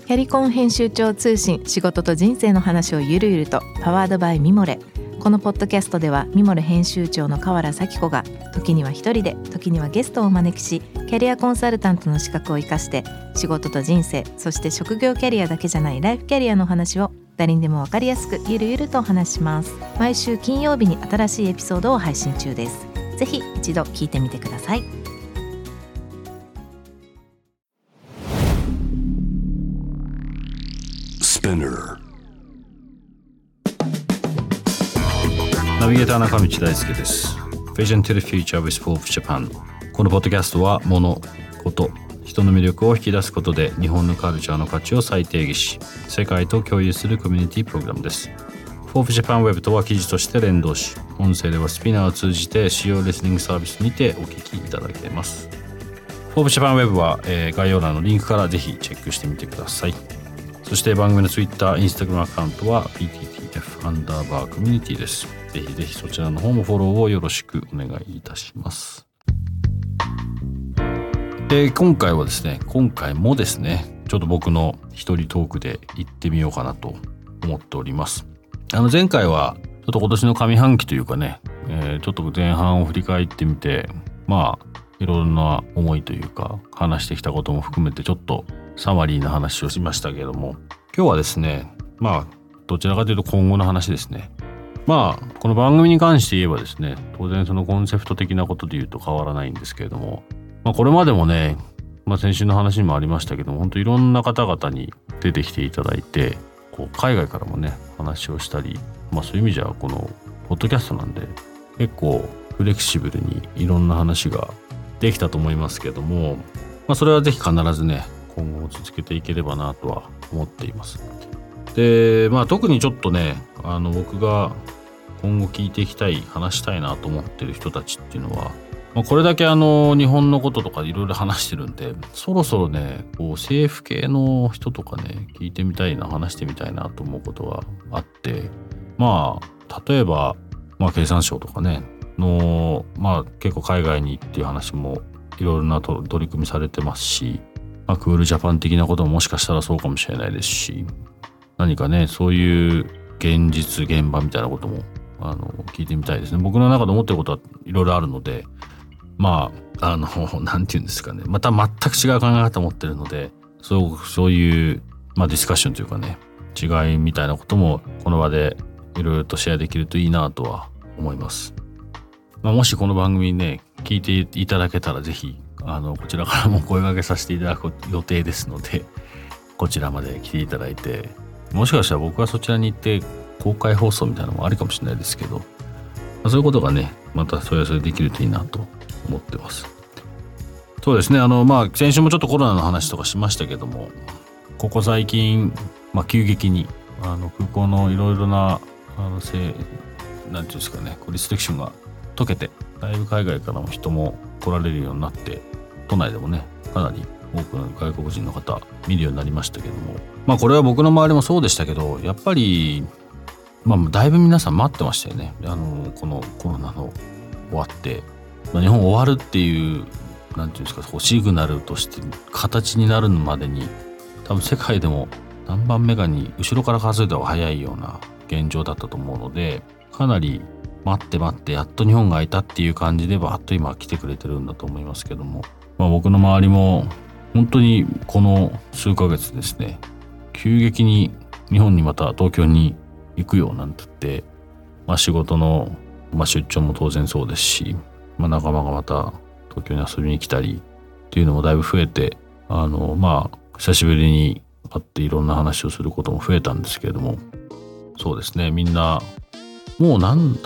キャリコン編集長通信、仕事と人生の話をゆるゆると、パワードバイミモレ。このポッドキャストではミモレ編集長の河原咲子が時には一人で、時にはゲストをお招きし、キャリアコンサルタントの資格を生かして仕事と人生、そして職業キャリアだけじゃないライフキャリアの話を誰にでも分かりやすくゆるゆるとお話します。毎週金曜日に新しいエピソードを配信中です。ぜひ一度聞いてみてください。 ナビゲーター中道大輔です。 Vision to the Future with Forbes Japan。 このポッドキャストは物、こと、人の魅力を引き出すことで日本のカルチャーの価値を再定義し、世界と共有するコミュニティプログラムです。 Forbes Japan Web とは記事として連動し、音声ではスピナーを通じて主要リスニングサービスにてお聞きいただけます。 Forbes Japan Web は、概要欄のリンクからぜひチェックしてみてください。そして番組の Twitter、Instagram アカウントは PTTF_community です。ぜひぜひそちらの方もフォローをよろしくお願いいたします。今回もですね、ちょっと僕の一人トークで行ってみようかなと思っております。前回はちょっと今年の上半期というかね、ちょっと前半を振り返ってみて、いろんな思いというか話してきたことも含めてちょっとサマリーな話をしましたけれども、今日はですね、どちらかというと今後の話ですね。この番組に関して言えばですね、当然そのコンセプト的なことで言うと変わらないんですけれども、これまでもね、先週の話にもありましたけども、本当いろんな方々に出てきていただいて、海外からもね話をしたり、そういう意味じゃこのポッドキャストなんで結構フレキシブルにいろんな話ができたと思いますけども、それはぜひ必ずね今後も続けていければなとは思っています。で、特にちょっとね僕が今後聞いていきたい、話したいなと思ってる人たちっていうのは、これだけ日本のこととかいろいろ話してるんで、そろそろね政府系の人とかね聞いてみたいな、話してみたいなと思うことがあって、例えば経産省とかねの結構海外にっていう話もいろいろな取り組みされてますし、クールジャパン的なことももしかしたらそうかもしれないですし、何かねそういう現実現場みたいなことも聞いてみたいですね。僕の中で思ってることはいろいろあるので、なんていうんですかね、また全く違う考え方を持ってるので、そういうディスカッションというかね、違いみたいなこともこの場でいろいろとシェアできるといいなとは思います。もしこの番組ね聞いていただけたら、ぜひこちらからも声掛けさせていただく予定ですので、こちらまで来ていただいて、もしかしたら僕はそちらに行って公開放送みたいなのもありかもしれないですけど、そういうことがねまたそれはそれできるといいなと思ってます。そうですね、先週もちょっとコロナの話とかしましたけども、ここ最近、急激に空港のいろいろななんていうんですかね、リストリクションが解けて、だいぶ海外からも人も来られるようになって、都内でもねかなり多くの外国人の方見るようになりましたけども、これは僕の周りもそうでしたけど、やっぱりだいぶ皆さん待ってましたよね。このコロナの終わって、日本終わるっていうなんていうんですか、シグナルとして形になるまでに多分世界でも何番目かに後ろから数えた方が早いような現状だったと思うので、かなり待ってやっと日本が開いたっていう感じでバーッと今来てくれてるんだと思いますけども、僕の周りも本当にこの数ヶ月ですね、急激に日本にまた東京に行くよなんて言って、仕事の、出張も当然そうですし、仲間がまた東京に遊びに来たりっていうのもだいぶ増えて、久しぶりに会っていろんな話をすることも増えたんですけれども、そうですね、みんなもう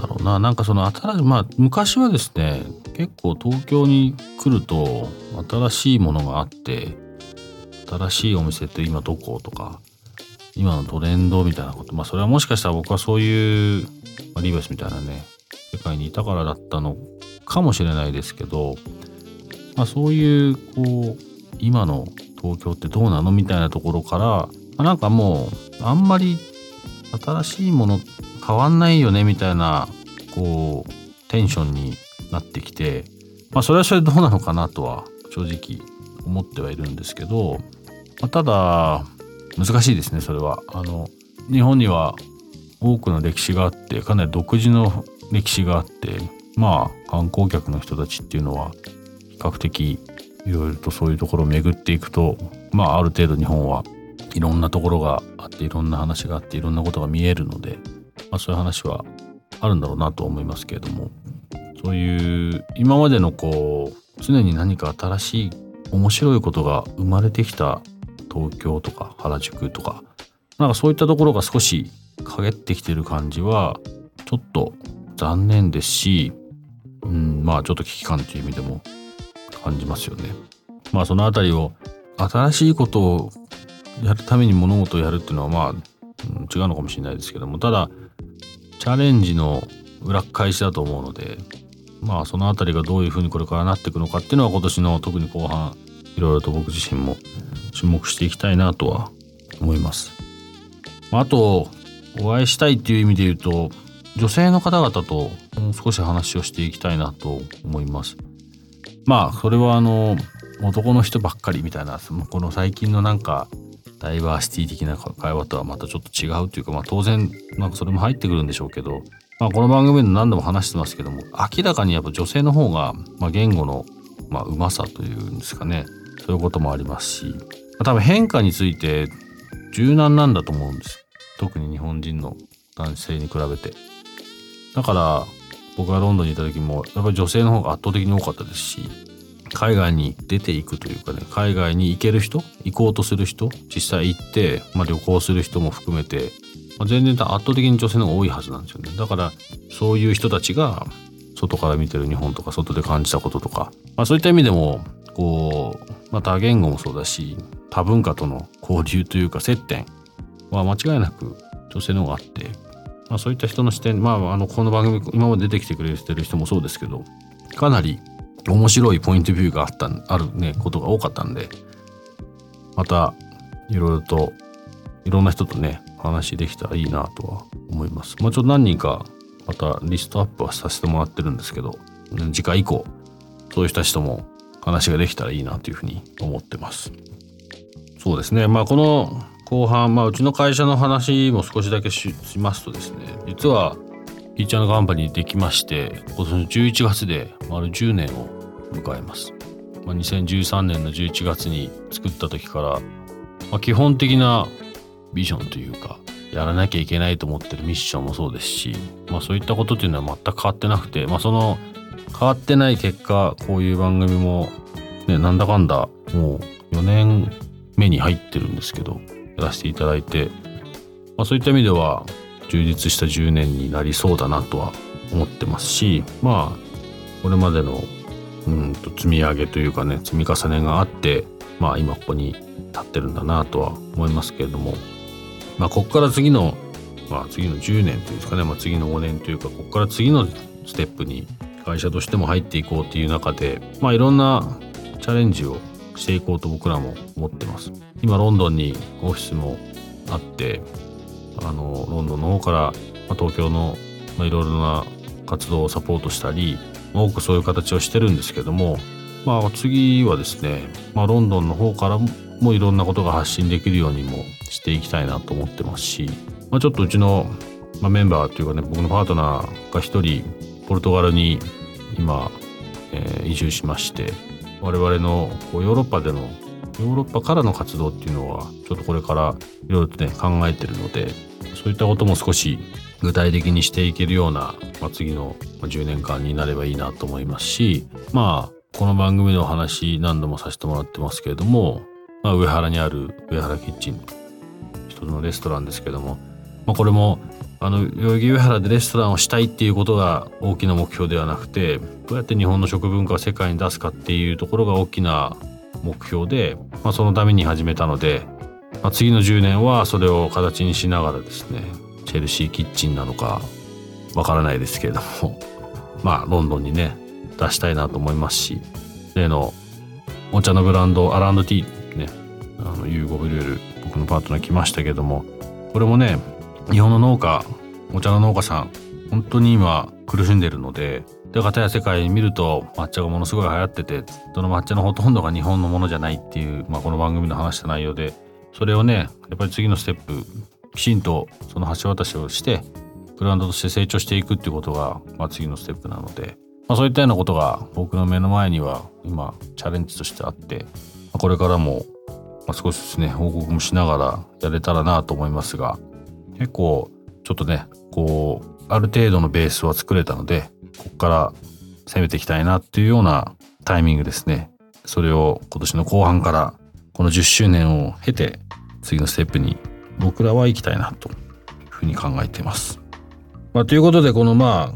昔はですね、結構東京に来ると新しいものがあって、新しいお店って今どことか、今のトレンドみたいなこと、それはもしかしたら僕はそういう、リーバイスみたいなね世界にいたからだったのかもしれないですけど、そういう今の東京ってどうなのみたいなところから、もうあんまり新しいもの変わんないよねみたいなテンションになってきて、それはそれでどうなのかなとは正直思ってはいるんですけど、ただ難しいですね。それは日本には多くの歴史があって、かなり独自の歴史があって、観光客の人たちっていうのは比較的いろいろとそういうところを巡っていくと、ある程度日本はいろんなところがあって、いろんな話があって、いろんなことが見えるので、そういう話はあるんだろうなと思いますけれども、そういう今までの常に何か新しい面白いことが生まれてきた東京とか原宿とか、そういったところが少し陰ってきてる感じはちょっと残念ですし、ちょっと危機感という意味でも感じますよね。そのあたりを新しいことをやるために物事をやるっていうのは違うのかもしれないですけども、ただチャレンジの裏返しだと思うので、そのあたりがどういうふうにこれからなっていくのかっていうのは、今年の特に後半いろいろと僕自身も注目していきたいなとは思います。あとお会いしたいっていう意味で言うと、女性の方々ともう少し話をしていきたいなと思います。それは男の人ばっかりみたいな、この最近のダイバーシティ的な会話とはまたちょっと違うというか、当然それも入ってくるんでしょうけど、この番組で何度も話してますけども、明らかにやっぱ女性の方が、言語のうまさというんですかね、そういうこともありますし、多分変化について柔軟なんだと思うんです。特に日本人の男性に比べて。だから僕がロンドンにいた時もやっぱり女性の方が圧倒的に多かったですし、海外に出ていくというかね、海外に行ける人、行こうとする人、実際行って、旅行する人も含めて、全然圧倒的に女性の方が多いはずなんですよね。だからそういう人たちが外から見てる日本とか、外で感じたこととか、そういった意味でも多言語もそうだし、多文化との交流というか接点は間違いなく女性の方があって、そういった人の視点、この番組今まで出てきてくれてる人もそうですけど、かなり面白いポイントビューがあるねことが多かったんで、またいろいろといろんな人とね話できたらいいなとは思います。ちょっと何人かまたリストアップはさせてもらってるんですけど、次回以降そういう人たちとも話ができたらいいなというふうに思ってます。そうですね。この後半、うちの会社の話も少しだけしますとですね、実はピーチャーカンパニーできまして、今年の11月で丸10年を迎えます。2013年の11月に作った時から、基本的なビジョンというか、やらなきゃいけないと思ってるミッションもそうですし、そういったことっていうのは全く変わってなくて、その変わってない結果、こういう番組も、なんだかんだもう4年目に入ってるんですけど、やらせていただいて、そういった意味では充実した10年になりそうだなとは思ってますし、これまでの積み上げというかね、積み重ねがあって、今ここに立ってるんだなとは思いますけれども、ここから次の10年というんですかね、次の5年というか、ここから次のステップに会社としても入っていこうっていう中で、いろんなチャレンジをしていこうと僕らも思ってます。今ロンドンにオフィスもあって、ロンドンの方から東京のいろいろな活動をサポートしたり、多くそういう形をしてるんですけども、次はですね、ロンドンの方からもいろんなことが発信できるようにもしていきたいなと思ってますし、ちょっとうちの、メンバーというかね、僕のパートナーが一人ポルトガルに今、移住しまして、我々のヨーロッパからの活動っていうのはちょっとこれからいろいろとね考えてるので、そういったことも少し具体的にしていけるような、次の10年間になればいいなと思いますし、この番組の話何度もさせてもらってますけれども、上原にある上原キッチン一つのレストランですけども、これも代々木上原でレストランをしたいっていうことが大きな目標ではなくて、どうやって日本の食文化を世界に出すかっていうところが大きな目標で、そのために始めたので、次の10年はそれを形にしながらですね、チェルシーキッチンなのかわからないですけれども、ロンドンにね出したいなと思いますし、例のお茶のブランドアランドティーね、ユーゴブリュール僕のパートナー来ましたけども、これもね日本の農家、お茶の農家さん本当に今苦しんでるので、片や世界に見ると抹茶がものすごい流行ってて、その抹茶のほとんどが日本のものじゃないっていう、この番組の話した内容でそれをねやっぱり次のステップきちんとその橋渡しをしてブランドとして成長していくっていうことが、次のステップなので、そういったようなことが僕の目の前には今チャレンジとしてあって、これからも少しずつね報告もしながらやれたらなと思いますが、結構ちょっとねある程度のベースは作れたので、ここから攻めていきたいなっていうようなタイミングですね。それを今年の後半からこの10周年を経て次のステップに僕らは行きたいなというふうに考えています。ということでこの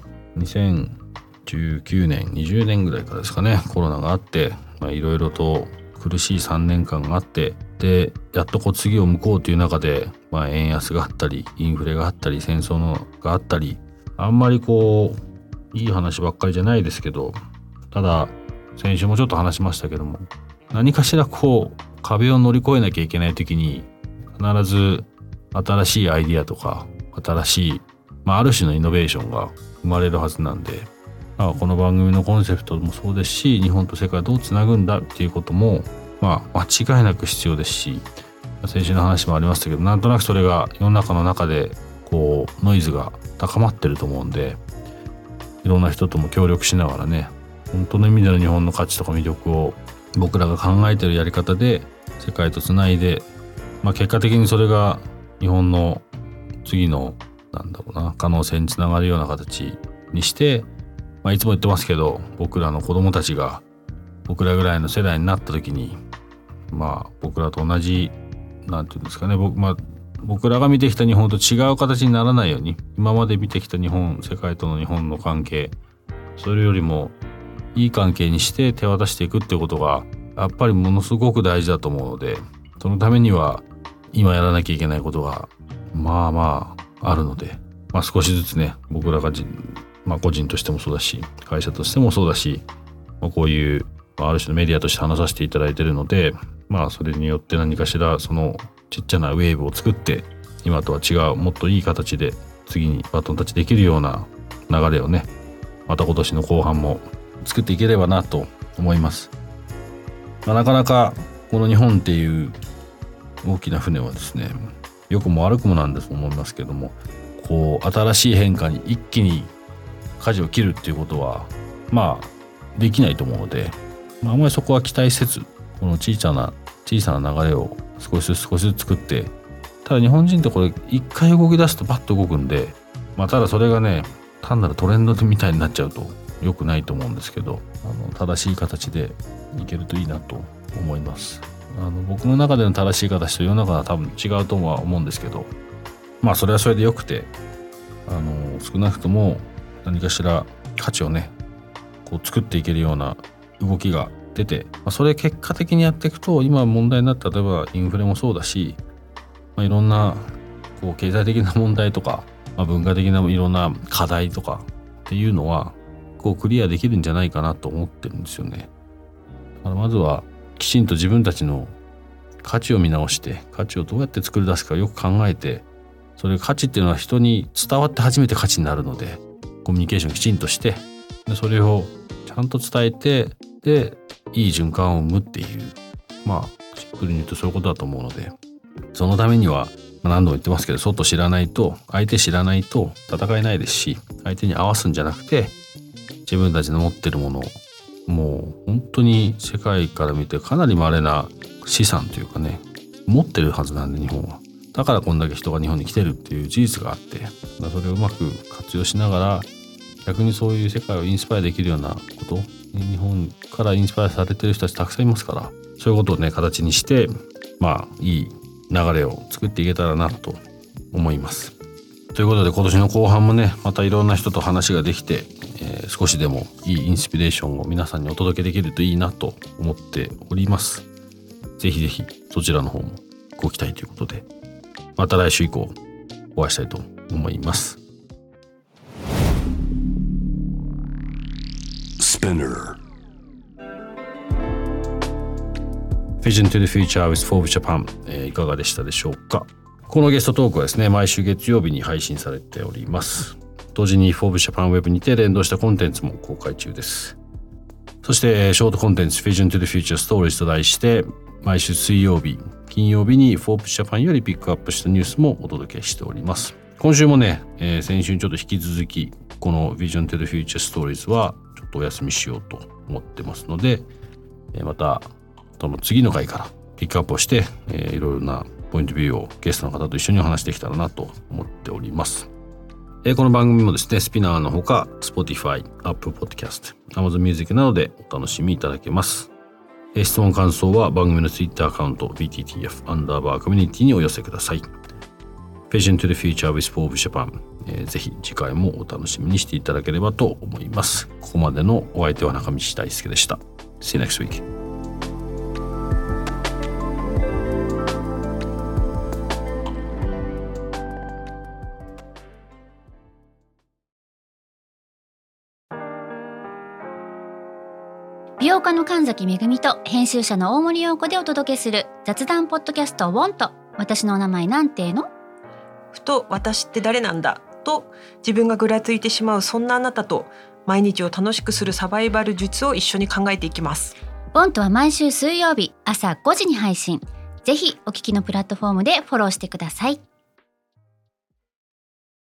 2019年20年ぐらいからですかね、コロナがあっていろいろと苦しい3年間があって、でやっと次を向こうという中で、円安があったりインフレがあったり戦争があったり、あんまりいい話ばっかりじゃないですけど、ただ先週もちょっと話しましたけども、何かしら壁を乗り越えなきゃいけない時に必ず新しいアイディアとか新しい、ある種のイノベーションが生まれるはずなんで、この番組のコンセプトもそうですし、日本と世界をどうつなぐんだっていうことも間違いなく必要ですし、先週の話もありましたけど、なんとなくそれが世の中の中でノイズが高まってると思うんで、いろんな人とも協力しながらね、本当の意味での日本の価値とか魅力を僕らが考えてるやり方で世界とつないで、結果的にそれが日本の次の可能性につながるような形にして、いつも言ってますけど、僕らの子供たちが僕らぐらいの世代になった時に僕らと同じなんていうんですかね、僕らが見てきた日本と違う形にならないように、今まで見てきた日本、世界との日本の関係、それよりもいい関係にして手渡していくっていうことがやっぱりものすごく大事だと思うので、そのためには今やらなきゃいけないことがあるので、少しずつね僕らが個人としてもそうだし会社としてもそうだし、こういうある種のメディアとして話させていただいているので、それによって何かしらそのちっちゃなウェーブを作って、今とは違うもっといい形で次にバトンタッチできるような流れをね、また今年の後半も作っていければなと思います。なかなかこの日本っていう大きな船はですね、良くも悪くもなんですと思いますけども、新しい変化に一気に舵を切るっていうことはできないと思うので、あんまりそこは期待せず、この小さな流れを少しずつ作って、ただ日本人ってこれ一回動き出すとバッと動くんで、ただそれがね単なるトレンドみたいになっちゃうと良くないと思うんですけど、正しい形でいけるといいなと思います。僕の中での正しい形と世の中は多分違うとは思うんですけど、それはそれでよくて、少なくとも何かしら価値をね作っていけるような動きが出て、それ結果的にやっていくと、今問題になった例えばインフレもそうだし、いろんな経済的な問題とか、文化的ないろんな課題とかっていうのはクリアできるんじゃないかなと思ってるんですよね。まずはきちんと自分たちの価値を見直して、価値をどうやって作り出すかよく考えて、それ価値っていうのは人に伝わって初めて価値になるので、コミュニケーションきちんとして、でそれをちゃんと伝えて、でいい循環を生むっていう、シンプルに言うとそういうことだと思うので、そのためには何度も言ってますけど、相手知らないと戦えないですし、相手に合わすんじゃなくて自分たちの持ってるものを、もう本当に世界から見てかなり稀な資産というかね、持ってるはずなんで、日本はだからこんだけ人が日本に来てるっていう事実があって、それをうまく活用しながら、逆にそういう世界をインスパイアできるようなこと、日本からインスパイアされてる人たちたくさんいますから、そういうことをね形にして、いい流れを作っていけたらなと思います。ということで今年の後半もね、またいろんな人と話ができて、少しでもいいインスピレーションを皆さんにお届けできるといいなと思っております。ぜひぜひそちらの方もご期待ということで、また来週以降お会いしたいと思います。Spinner Vision to the Future with Forbes Japan、いかがでしたでしょうか。このゲストトークはですね、毎週月曜日に配信されております。同時に Forbes Japan Web にて連動したコンテンツも公開中です。そしてショートコンテンツ Vision to the Future Stories と題して、毎週水曜日金曜日にフォーブスジャパンよりピックアップしたニュースもお届けしております。今週もね、先週ちょっと引き続きこの Vision to the Future Stories はちょっとお休みしようと思ってますので、またその次の回からピックアップをして、いろいろなポイントビューをゲストの方と一緒にお話できたらなと思っております。この番組もですね、スピナーのほか Spotify、Apple Podcast、Amazon Music などでお楽しみいただけます。質問感想は番組の Twitter アカウント BTTF_community にお寄せください。Vision to the Future with Forbes Japan、ぜひ次回もお楽しみにしていただければと思います。ここまでのお相手は中道大輔でした。See you next week。 美容家の神崎めぐみと編集者の大森洋子でお届けする雑談ポッドキャストウォンと私のお名前なんての？ ふと私って誰なんだと自分がぐらついてしまう、そんなあなたと毎日を楽しくするサバイバル術を一緒に考えていきます。 ウォンとは毎週水曜日朝5時に配信。ぜひお聞きのプラットフォームでフォローしてください。